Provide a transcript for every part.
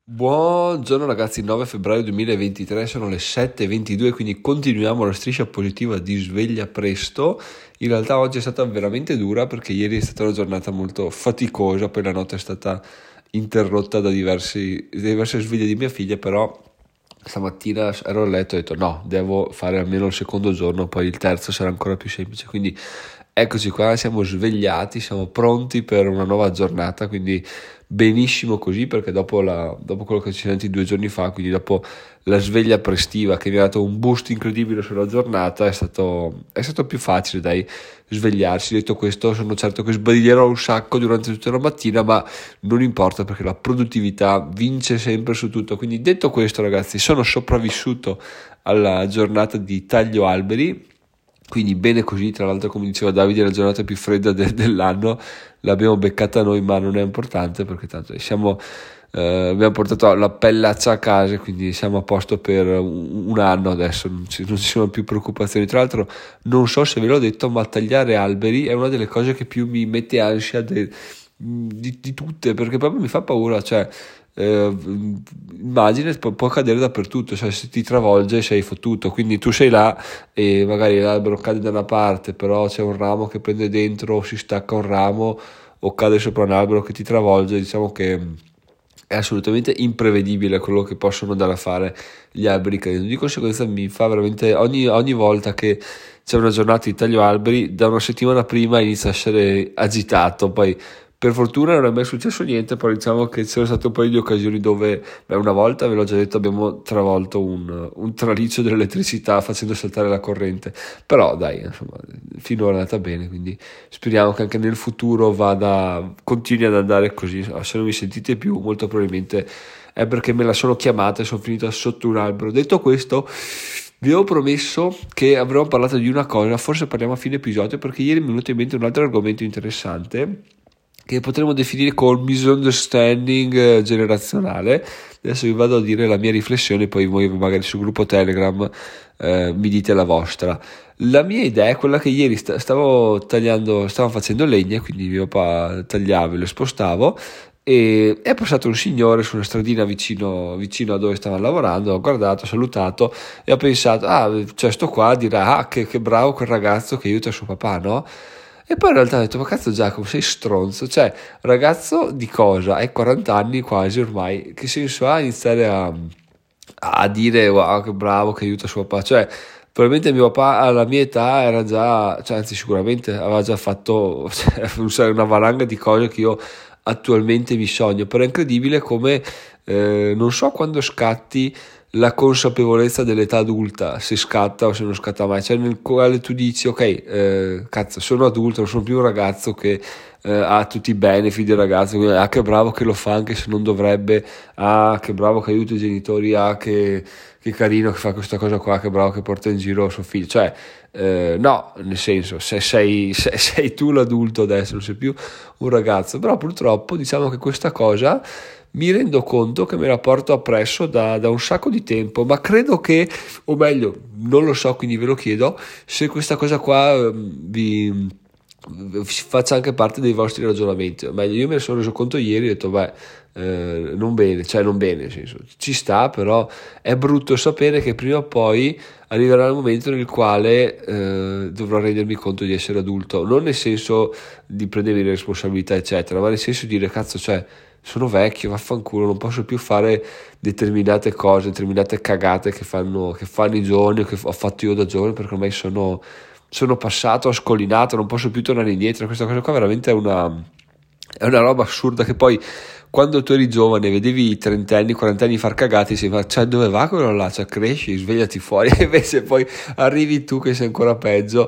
Buongiorno ragazzi, 9 febbraio 2023, sono le 7:22, quindi continuiamo la striscia positiva di sveglia presto. In realtà oggi è stata veramente dura perché ieri è stata una giornata molto faticosa, poi la notte è stata interrotta da diverse sveglie di mia figlia, però stamattina ero a letto e ho detto no, devo fare almeno il secondo giorno, poi il terzo sarà ancora più semplice, quindi eccoci qua, siamo svegliati, siamo pronti per una nuova giornata, quindi benissimo così perché dopo quello che ci siamo sentiti 2 giorni fa, quindi dopo la sveglia prestiva che mi ha dato un boost incredibile sulla giornata, è stato più facile dai svegliarsi. Detto questo, sono certo che sbaglierò un sacco durante tutta la mattina, ma non importa perché la produttività vince sempre su tutto. Quindi detto questo ragazzi, sono sopravvissuto alla giornata di taglio alberi, quindi bene così. Tra l'altro, come diceva Davide, è la giornata più fredda dell'anno, l'abbiamo beccata noi, ma non è importante perché tanto abbiamo portato la pellaccia a casa, quindi siamo a posto per un anno adesso, non ci sono più preoccupazioni. Tra l'altro non so se ve l'ho detto, ma tagliare alberi è una delle cose che più mi mette ansia di tutte, perché proprio mi fa paura, cioè eh, immagine può cadere dappertutto, cioè se ti travolge sei fottuto, quindi tu sei là e magari l'albero cade da una parte, però c'è un ramo che prende dentro, o si stacca un ramo o cade sopra un albero che ti travolge. Diciamo che è assolutamente imprevedibile quello che possono andare a fare gli alberi cadendo. Di conseguenza mi fa veramente ogni volta che c'è una giornata di taglio alberi, da una settimana prima inizia a essere agitato. Poi per fortuna non è mai successo niente, però diciamo che c'erano state un paio di occasioni dove, una volta, ve l'ho già detto, abbiamo travolto un traliccio dell'elettricità facendo saltare la corrente. Però dai, insomma, finora è andata bene, quindi speriamo che anche nel futuro continui ad andare così. Se non mi sentite più, molto probabilmente è perché me la sono chiamata e sono finita sotto un albero. Detto questo, vi avevo promesso che avremmo parlato di una cosa, forse parliamo a fine episodio, perché ieri mi è venuto in mente un altro argomento interessante che potremmo definire col misunderstanding generazionale. Adesso vi vado a dire la mia riflessione, poi voi magari sul gruppo Telegram mi dite la vostra. La mia idea è quella che ieri stavo facendo legna, quindi mio papà tagliava e le spostavo, e è passato un signore su una stradina vicino a dove stava lavorando. Ho guardato, ho salutato e ho pensato, cioè sto qua dirà, che bravo quel ragazzo che aiuta suo papà, no? E poi in realtà ho detto, ma cazzo Giacomo, sei stronzo, cioè ragazzo di cosa? Hai 40 anni quasi ormai, che senso ha iniziare a dire wow che bravo che aiuta suo papà? Cioè probabilmente mio papà alla mia età era già, cioè anzi sicuramente aveva già fatto una valanga di cose che io attualmente mi sogno. Però è incredibile come non so quando scatti la consapevolezza dell'età adulta, se scatta o se non scatta mai, cioè nel quale tu dici ok, cazzo, sono adulto, non sono più un ragazzo che ha tutti i benefit del ragazzo, quindi, che bravo che lo fa anche se non dovrebbe, che bravo che aiuta i genitori, che carino che fa questa cosa qua, che bravo che porta in giro suo figlio. Cioè no, nel senso, se sei tu l'adulto adesso, non sei più un ragazzo. Però purtroppo diciamo che questa cosa mi rendo conto che me la porto appresso da un sacco di tempo, ma credo che, o meglio, non lo so, quindi ve lo chiedo, se questa cosa qua vi faccia anche parte dei vostri ragionamenti. O meglio, io me ne sono reso conto ieri e ho detto, non bene, cioè non bene, nel senso, ci sta, però è brutto sapere che prima o poi arriverà il momento nel quale dovrò rendermi conto di essere adulto, non nel senso di prendermi le responsabilità eccetera, ma nel senso di dire cazzo, cioè sono vecchio, vaffanculo, non posso più fare determinate cose, determinate cagate che fanno i giovani o che ho fatto io da giovane, perché ormai sono passato, ho scollinato, non posso più tornare indietro. Questa cosa qua veramente è una roba assurda, che poi quando tu eri giovane vedevi i 30 anni, 40 anni far cagate, si fa, cioè dove va quello là, cioè cresci, svegliati fuori, e invece poi arrivi tu che sei ancora peggio.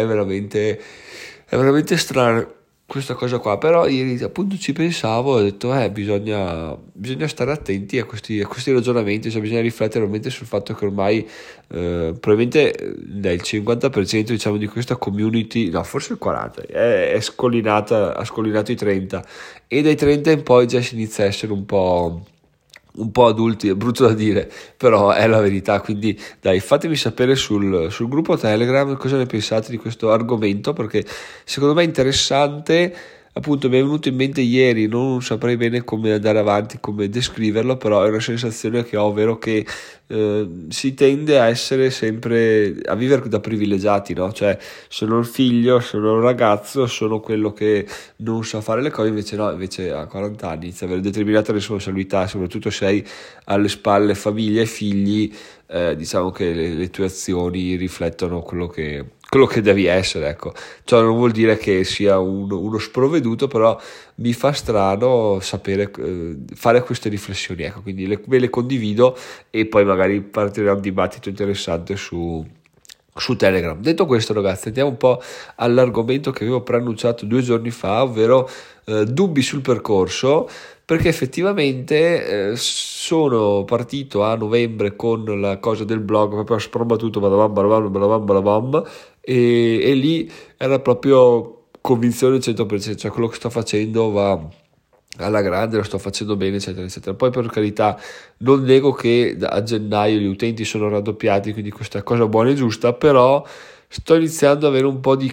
È veramente strano questa cosa qua. Però ieri appunto ci pensavo, ho detto bisogna stare attenti a questi ragionamenti, cioè bisogna riflettere veramente sul fatto che ormai probabilmente il 50% diciamo di questa community, no forse il 40%, è scollinata, ha scollinato i 30, e dai 30 in poi già si inizia a essere un po' adulti. È brutto da dire, però è la verità. Quindi dai, fatemi sapere sul gruppo Telegram cosa ne pensate di questo argomento, perché secondo me è interessante appunto mi è venuto in mente ieri, non saprei bene come andare avanti, come descriverlo, però è una sensazione che ho, ovvero che si tende a essere sempre, a vivere da privilegiati, no? Cioè sono il figlio, sono il ragazzo, sono quello che non sa fare le cose, invece no, invece a 40 anni inizia a avere determinate responsabilità, soprattutto se hai alle spalle famiglia e figli, diciamo che le tue azioni riflettono quello che devi essere, ecco. Ciò non vuol dire che sia uno sprovveduto, però mi fa strano sapere fare queste riflessioni, ecco, quindi ve le condivido e poi magari partirà un dibattito interessante su Telegram. Detto questo, ragazzi, andiamo un po' all'argomento che avevo preannunciato 2 giorni fa, ovvero dubbi sul percorso, perché effettivamente sono partito a novembre con la cosa del blog, proprio a sprombattuto, e lì era proprio convinzione 100%, cioè quello che sto facendo va alla grande, lo sto facendo bene, eccetera eccetera. Poi per carità non nego che a gennaio gli utenti sono raddoppiati, quindi questa è cosa buona e giusta, però sto iniziando ad avere un po' di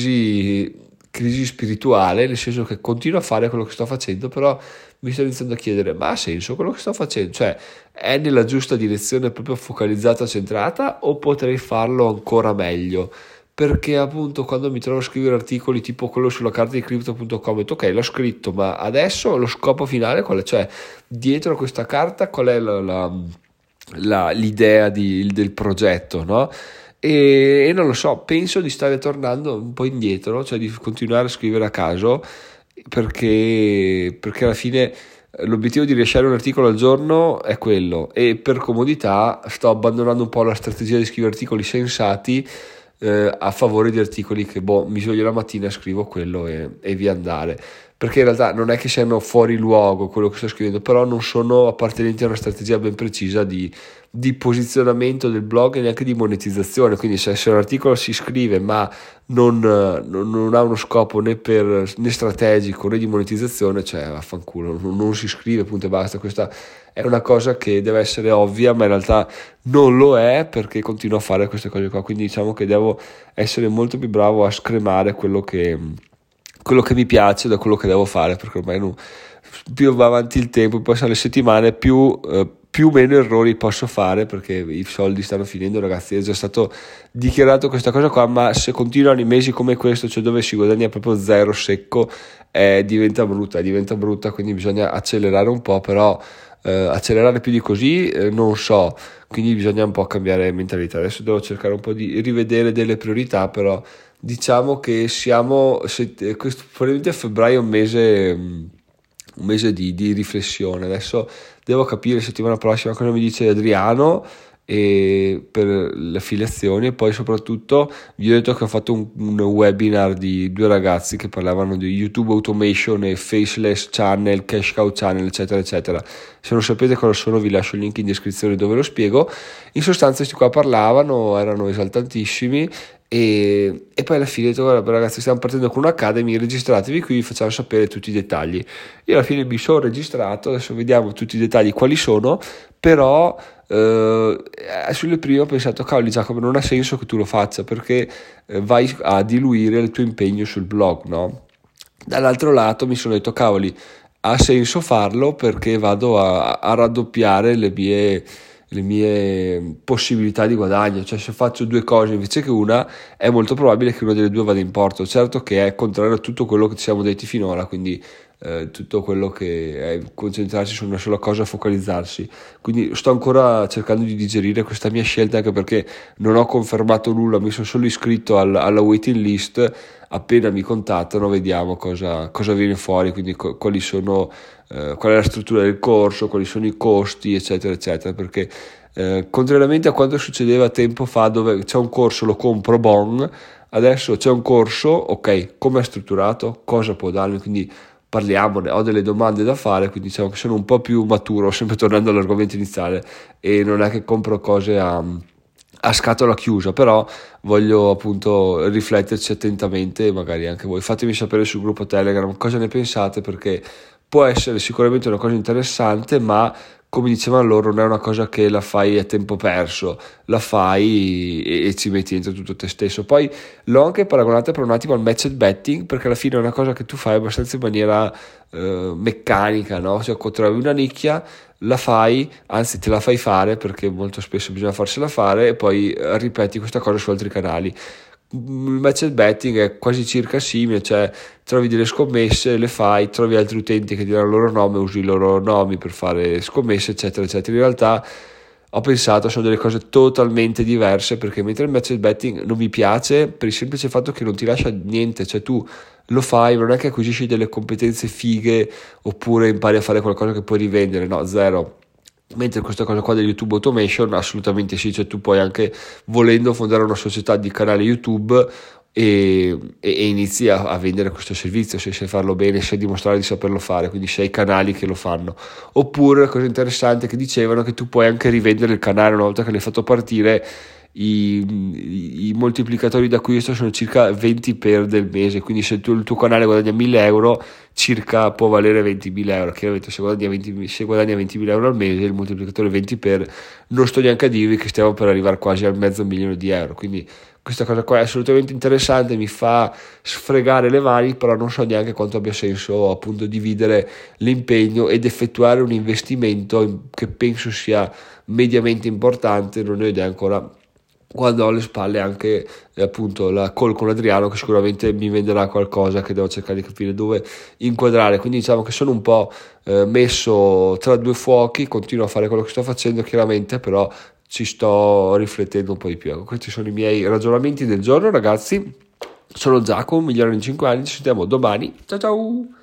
crisi spirituale, nel senso che continuo a fare quello che sto facendo, però mi sto iniziando a chiedere: ma ha senso quello che sto facendo? Cioè, è nella giusta direzione, proprio focalizzata, centrata, o potrei farlo ancora meglio? Perché appunto quando mi trovo a scrivere articoli tipo quello sulla carta di crypto.com, ok, l'ho scritto, ma adesso lo scopo finale qual è? Cioè, dietro a questa carta qual è l'idea del progetto, no? E non lo so, penso di stare tornando un po' indietro, cioè di continuare a scrivere a caso, perché alla fine l'obiettivo di rilasciare un articolo al giorno è quello, e per comodità sto abbandonando un po' la strategia di scrivere articoli sensati a favore di articoli che mi sveglio la mattina, scrivo quello e via andare, perché in realtà non è che siano fuori luogo quello che sto scrivendo, però non sono appartenenti a una strategia ben precisa di posizionamento del blog e neanche di monetizzazione. Quindi se un articolo si scrive ma non ha uno scopo né strategico né di monetizzazione, cioè vaffanculo, non si scrive, punto e basta. Questa è una cosa che deve essere ovvia, ma in realtà non lo è, perché continuo a fare queste cose qua. Quindi diciamo che devo essere molto più bravo a scremare quello che mi piace da quello che devo fare, perché ormai più va avanti il tempo, poi sono le settimane, più meno errori posso fare, perché i soldi stanno finendo, ragazzi. È già stato dichiarato questa cosa qua, ma se continuano i mesi come questo, cioè dove si guadagna proprio zero secco, diventa brutta, quindi bisogna accelerare un po', però accelerare più di così non so, quindi bisogna un po' cambiare mentalità. Adesso devo cercare un po' di rivedere delle priorità, però diciamo che probabilmente a febbraio è un mese di riflessione. Adesso devo capire settimana prossima cosa mi dice Adriano per le affiliazioni, e poi soprattutto vi ho detto che ho fatto un webinar di 2 ragazzi che parlavano di YouTube Automation e Faceless Channel, Cash Cow Channel, eccetera eccetera. Se non sapete cosa sono, vi lascio il link in descrizione dove lo spiego. In sostanza questi qua parlavano, erano esaltantissimi, e poi alla fine ho detto: guarda ragazzi, stiamo partendo con un'academy, registratevi qui, vi facciamo sapere tutti i dettagli. Io alla fine mi sono registrato, adesso vediamo tutti i dettagli quali sono, però sulle prime ho pensato: cavoli Giacomo, non ha senso che tu lo faccia, perché vai a diluire il tuo impegno sul blog, no? Dall'altro lato mi sono detto: cavoli, ha senso farlo, perché vado a raddoppiare le mie possibilità di guadagno. Cioè, se faccio 2 cose invece che una, è molto probabile che una delle 2 vada in porto. Certo che è contrario a tutto quello che ci siamo detti finora, quindi tutto quello che è concentrarsi su una sola cosa, focalizzarsi. Quindi sto ancora cercando di digerire questa mia scelta, anche perché non ho confermato nulla, mi sono solo iscritto alla waiting list. Appena mi contattano vediamo cosa viene fuori, quindi quali sono, qual è la struttura del corso, quali sono i costi, eccetera eccetera, perché contrariamente a quanto succedeva tempo fa, dove c'è un corso, lo compro, bon, adesso c'è un corso, ok, come è strutturato, cosa può darmi, quindi parliamone, ho delle domande da fare, quindi diciamo che sono un po' più maturo, sempre tornando all'argomento iniziale, e non è che compro cose a scatola chiusa, però voglio appunto rifletterci attentamente, e magari anche voi fatemi sapere sul gruppo Telegram cosa ne pensate, perché può essere sicuramente una cosa interessante, ma come dicevano loro, non è una cosa che la fai a tempo perso, la fai e ci metti dentro tutto te stesso. Poi l'ho anche paragonata per un attimo al match betting, perché alla fine è una cosa che tu fai abbastanza in maniera meccanica, no? Cioè, trovi una nicchia, la fai, anzi te la fai fare, perché molto spesso bisogna farsela fare, e poi ripeti questa cosa su altri canali. Il match betting è quasi circa simile, cioè trovi delle scommesse, le fai, trovi altri utenti che ti danno il loro nome, usi i loro nomi per fare scommesse, eccetera eccetera. In realtà ho pensato sono delle cose totalmente diverse, perché mentre il match betting non mi piace per il semplice fatto che non ti lascia niente, cioè tu lo fai, non è che acquisisci delle competenze fighe oppure impari a fare qualcosa che puoi rivendere, no, zero. Mentre questa cosa qua del YouTube Automation assolutamente sì, cioè tu puoi anche, volendo, fondare una società di canale YouTube e inizi a vendere questo servizio, se sai farlo bene, sai dimostrare di saperlo fare, quindi sei canali che lo fanno. Oppure la cosa interessante che dicevano è che tu puoi anche rivendere il canale una volta che l'hai fatto partire. I moltiplicatori d'acquisto sono circa 20 per del mese, quindi se il tuo canale guadagna 1000 euro, circa può valere 20.000 euro. Chiaramente se guadagna 20.000 euro al mese, il moltiplicatore 20 per, non sto neanche a dirvi che stiamo per arrivare quasi al $500,000 di euro. Quindi questa cosa qua è assolutamente interessante, mi fa sfregare le mani, però non so neanche quanto abbia senso appunto dividere l'impegno ed effettuare un investimento che penso sia mediamente importante. Non ne ho idea ancora, quando ho alle spalle anche appunto la call con Adriano, che sicuramente mi venderà qualcosa che devo cercare di capire dove inquadrare. Quindi diciamo che sono un po' messo tra due fuochi, continuo a fare quello che sto facendo chiaramente, però ci sto riflettendo un po' di più. Ecco, questi sono i miei ragionamenti del giorno, ragazzi. Sono Giacomo, migliore in 5 anni, ci sentiamo domani, ciao ciao.